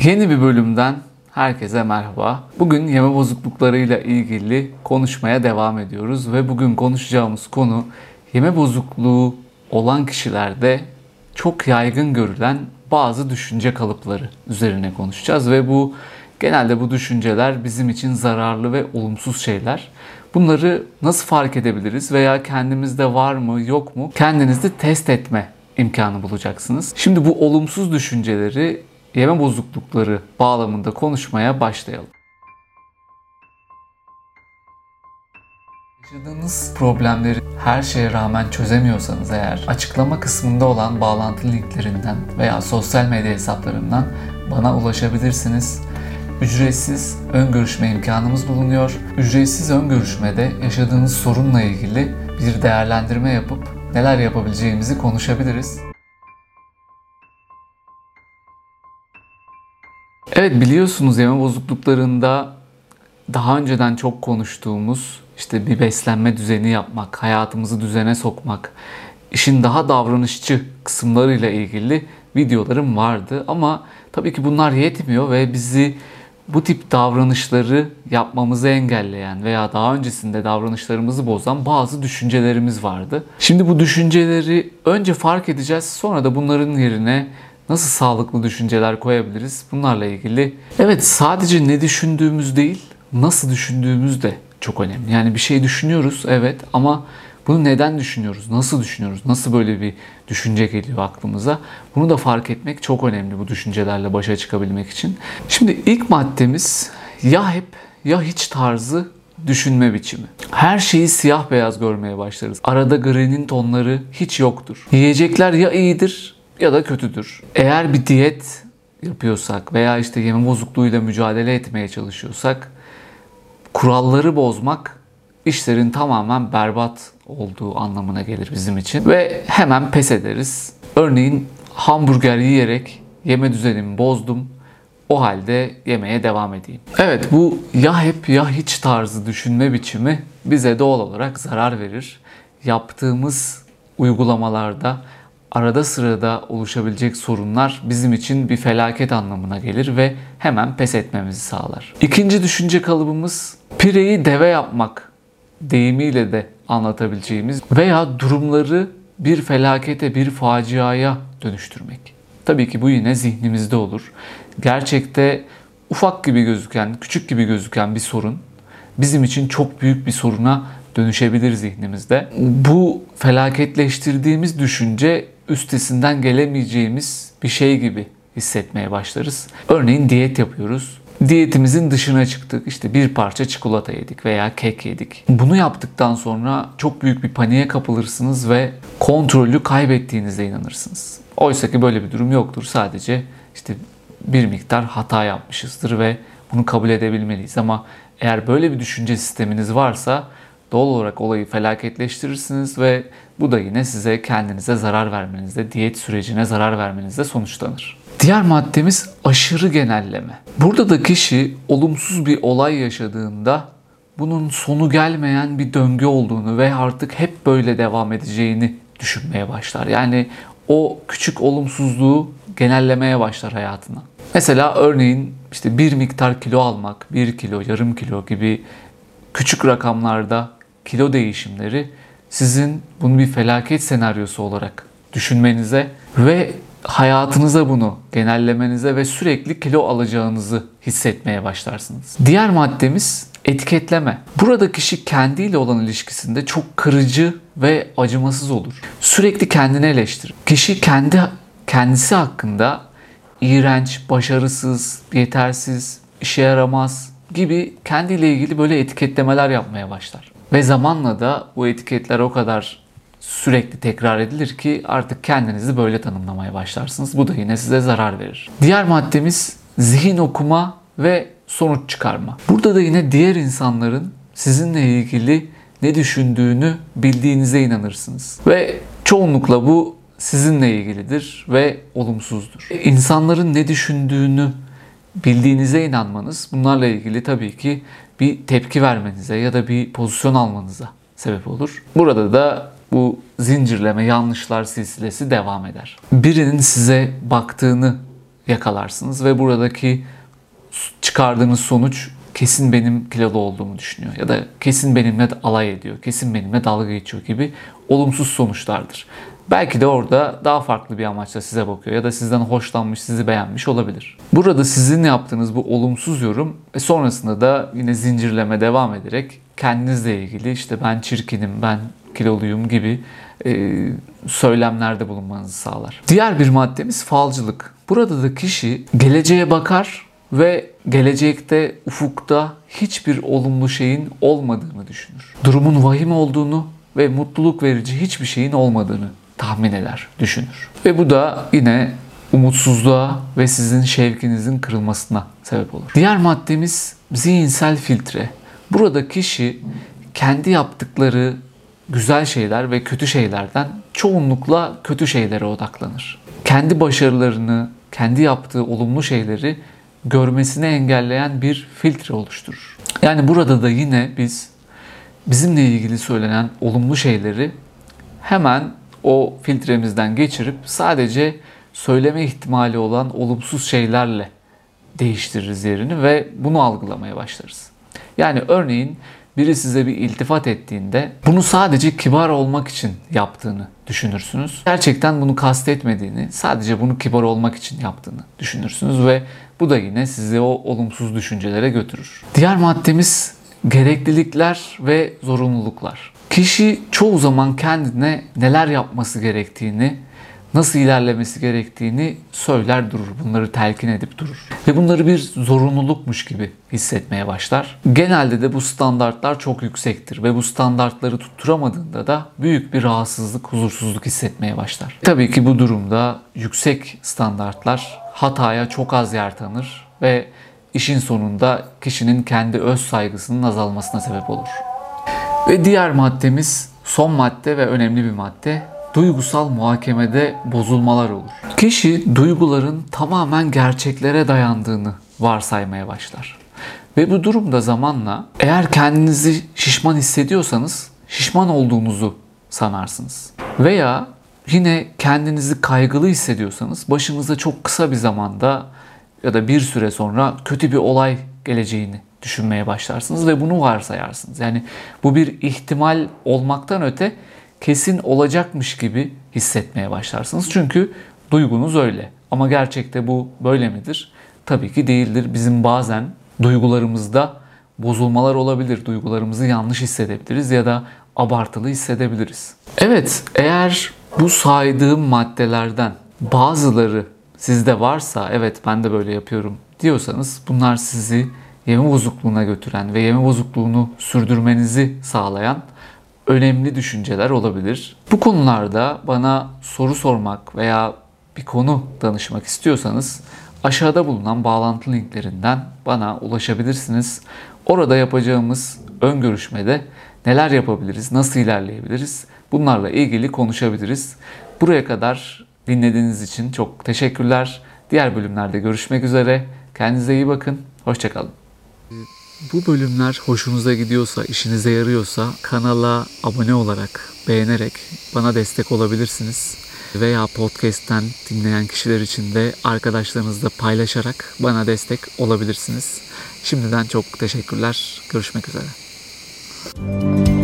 Yeni bir bölümden herkese merhaba. Bugün yeme bozukluklarıyla ilgili konuşmaya devam ediyoruz ve bugün konuşacağımız konu yeme bozukluğu olan kişilerde çok yaygın görülen bazı düşünce kalıpları üzerine konuşacağız ve genelde bu düşünceler bizim için zararlı ve olumsuz şeyler. Bunları nasıl fark edebiliriz veya kendimizde var mı yok mu kendinizi test etme imkanı bulacaksınız. Şimdi bu olumsuz düşünceleri yeme bozuklukları bağlamında konuşmaya başlayalım. Yaşadığınız problemleri her şeye rağmen çözemiyorsanız eğer açıklama kısmında olan bağlantı linklerinden veya sosyal medya hesaplarından bana ulaşabilirsiniz. Ücretsiz ön görüşme imkanımız bulunuyor. Ücretsiz ön görüşmede yaşadığınız sorunla ilgili bir değerlendirme yapıp neler yapabileceğimizi konuşabiliriz. Evet, biliyorsunuz yeme bozukluklarında daha önceden çok konuştuğumuz bir beslenme düzeni yapmak, hayatımızı düzene sokmak, işin daha davranışçı kısımlarıyla ilgili videolarım vardı. Ama tabii ki bunlar yetmiyor ve bizi bu tip davranışları yapmamızı engelleyen veya daha öncesinde davranışlarımızı bozan bazı düşüncelerimiz vardı. Şimdi bu düşünceleri önce fark edeceğiz, sonra da bunların yerine nasıl sağlıklı düşünceler koyabiliriz? Bunlarla ilgili. Evet, sadece ne düşündüğümüz değil, nasıl düşündüğümüz de çok önemli. Yani bir şey düşünüyoruz, evet, ama bunu neden düşünüyoruz? Nasıl düşünüyoruz? Nasıl böyle bir düşünce geliyor aklımıza? Bunu da fark etmek çok önemli bu düşüncelerle başa çıkabilmek için. Şimdi ilk maddemiz ya hep ya hiç tarzı düşünme biçimi. Her şeyi siyah beyaz görmeye başlarız. Arada grinin tonları hiç yoktur. Yiyecekler ya iyidir ya da kötüdür. Eğer bir diyet yapıyorsak veya yeme bozukluğuyla mücadele etmeye çalışıyorsak kuralları bozmak işlerin tamamen berbat olduğu anlamına gelir bizim için ve hemen pes ederiz. Örneğin hamburger yiyerek yeme düzenimi bozdum. O halde yemeye devam edeyim. Evet, bu ya hep ya hiç tarzı düşünme biçimi bize doğal olarak zarar verir. Yaptığımız uygulamalarda arada sırada oluşabilecek sorunlar bizim için bir felaket anlamına gelir ve hemen pes etmemizi sağlar. İkinci düşünce kalıbımız pireyi deve yapmak deyimiyle de anlatabileceğimiz veya durumları bir felakete, bir faciaya dönüştürmek. Tabii ki bu yine zihnimizde olur. Gerçekte ufak gibi gözüken, küçük gibi gözüken bir sorun bizim için çok büyük bir soruna dönüşebilir zihnimizde. Bu felaketleştirdiğimiz düşünce üstesinden gelemeyeceğimiz bir şey gibi hissetmeye başlarız. Örneğin diyet yapıyoruz. Diyetimizin dışına çıktık. Bir parça çikolata yedik veya kek yedik. Bunu yaptıktan sonra çok büyük bir paniğe kapılırsınız ve kontrolü kaybettiğinize inanırsınız. Oysa ki böyle bir durum yoktur. Sadece bir miktar hata yapmışızdır ve bunu kabul edebilmeliyiz. Ama eğer böyle bir düşünce sisteminiz varsa doğal olarak olayı felaketleştirirsiniz ve bu da yine size kendinize zarar vermenizde, diyet sürecine zarar vermenizde sonuçlanır. Diğer maddemiz aşırı genelleme. Burada da kişi olumsuz bir olay yaşadığında bunun sonu gelmeyen bir döngü olduğunu ve artık hep böyle devam edeceğini düşünmeye başlar. Yani o küçük olumsuzluğu genellemeye başlar hayatına. Mesela örneğin bir miktar kilo almak, 1 kilo, yarım kilo gibi küçük rakamlarda kilo değişimleri sizin bunu bir felaket senaryosu olarak düşünmenize ve hayatınıza bunu genellemenize ve sürekli kilo alacağınızı hissetmeye başlarsınız. Diğer maddemiz etiketleme. Burada kişi kendiyle olan ilişkisinde çok kırıcı ve acımasız olur. Sürekli kendini eleştirir. Kişi kendisi hakkında iğrenç, başarısız, yetersiz, işe yaramaz gibi kendiyle ilgili böyle etiketlemeler yapmaya başlar. Ve zamanla da bu etiketler o kadar sürekli tekrar edilir ki artık kendinizi böyle tanımlamaya başlarsınız. Bu da yine size zarar verir. Diğer maddemiz zihin okuma ve sonuç çıkarma. Burada da yine diğer insanların sizinle ilgili ne düşündüğünü bildiğinize inanırsınız. Ve çoğunlukla bu sizinle ilgilidir ve olumsuzdur. İnsanların ne düşündüğünü bildiğinize inanmanız bunlarla ilgili tabii ki bir tepki vermenize ya da bir pozisyon almanıza sebep olur. Burada da bu zincirleme yanlışlar silsilesi devam eder. Birinin size baktığını yakalarsınız ve buradaki çıkardığınız sonuç kesin benim kilolu olduğumu düşünüyor ya da kesin benimle alay ediyor, kesin benimle dalga geçiyor gibi olumsuz sonuçlardır. Belki de orada daha farklı bir amaçla size bakıyor ya da sizden hoşlanmış, sizi beğenmiş olabilir. Burada sizin yaptığınız bu olumsuz yorum ve sonrasında da yine zincirleme devam ederek kendinizle ilgili işte ben çirkinim, ben kiloluyum gibi söylemlerde bulunmanızı sağlar. Diğer bir maddemiz falcılık. Burada da kişi geleceğe bakar ve gelecekte, ufukta hiçbir olumlu şeyin olmadığını düşünür. Durumun vahim olduğunu ve mutluluk verici hiçbir şeyin olmadığını tahmin eder, düşünür. Ve bu da yine umutsuzluğa ve sizin şevkinizin kırılmasına sebep olur. Diğer maddemiz zihinsel filtre. Burada kişi kendi yaptıkları güzel şeyler ve kötü şeylerden çoğunlukla kötü şeylere odaklanır. Kendi başarılarını, kendi yaptığı olumlu şeyleri görmesini engelleyen bir filtre oluşturur. Yani burada da yine bizimle ilgili söylenen olumlu şeyleri hemen o filtremizden geçirip sadece söyleme ihtimali olan olumsuz şeylerle değiştiririz yerini ve bunu algılamaya başlarız. Yani örneğin biri size bir iltifat ettiğinde bunu sadece kibar olmak için yaptığını düşünürsünüz. Gerçekten bunu kastetmediğini, sadece bunu kibar olmak için yaptığını düşünürsünüz ve bu da yine sizi o olumsuz düşüncelere götürür. Diğer maddemiz gereklilikler ve zorunluluklar. Kişi çoğu zaman kendine neler yapması gerektiğini, nasıl ilerlemesi gerektiğini söyler durur. Bunları telkin edip durur. Ve bunları bir zorunlulukmuş gibi hissetmeye başlar. Genelde de bu standartlar çok yüksektir ve bu standartları tutturamadığında da büyük bir rahatsızlık, huzursuzluk hissetmeye başlar. Tabii ki bu durumda yüksek standartlar hataya çok az yer tanır ve işin sonunda kişinin kendi öz saygısının azalmasına sebep olur. Ve diğer maddemiz son madde ve önemli bir madde. Duygusal muhakemede bozulmalar olur. Kişi duyguların tamamen gerçeklere dayandığını varsaymaya başlar. Ve bu durumda zamanla eğer kendinizi şişman hissediyorsanız şişman olduğunuzu sanarsınız. Veya yine kendinizi kaygılı hissediyorsanız başınıza çok kısa bir zamanda ya da bir süre sonra kötü bir olay geleceğini düşünmeye başlarsınız ve bunu varsayarsınız. Yani bu bir ihtimal olmaktan öte kesin olacakmış gibi hissetmeye başlarsınız. Çünkü duygunuz öyle. Ama gerçekte bu böyle midir? Tabii ki değildir. Bizim bazen duygularımızda bozulmalar olabilir. Duygularımızı yanlış hissedebiliriz ya da abartılı hissedebiliriz. Evet, eğer bu saydığım maddelerden bazıları sizde varsa, evet ben de böyle yapıyorum diyorsanız bunlar sizi yeme bozukluğuna götüren ve yeme bozukluğunu sürdürmenizi sağlayan önemli düşünceler olabilir. Bu konularda bana soru sormak veya bir konu danışmak istiyorsanız aşağıda bulunan bağlantı linklerinden bana ulaşabilirsiniz. Orada yapacağımız ön görüşmede neler yapabiliriz, nasıl ilerleyebiliriz bunlarla ilgili konuşabiliriz. Buraya kadar dinlediğiniz için çok teşekkürler. Diğer bölümlerde görüşmek üzere. Kendinize iyi bakın. Hoşça kalın. Bu bölümler hoşunuza gidiyorsa, işinize yarıyorsa kanala abone olarak, beğenerek bana destek olabilirsiniz. Veya podcast'ten dinleyen kişiler için de arkadaşlarınızla paylaşarak bana destek olabilirsiniz. Şimdiden çok teşekkürler. Görüşmek üzere.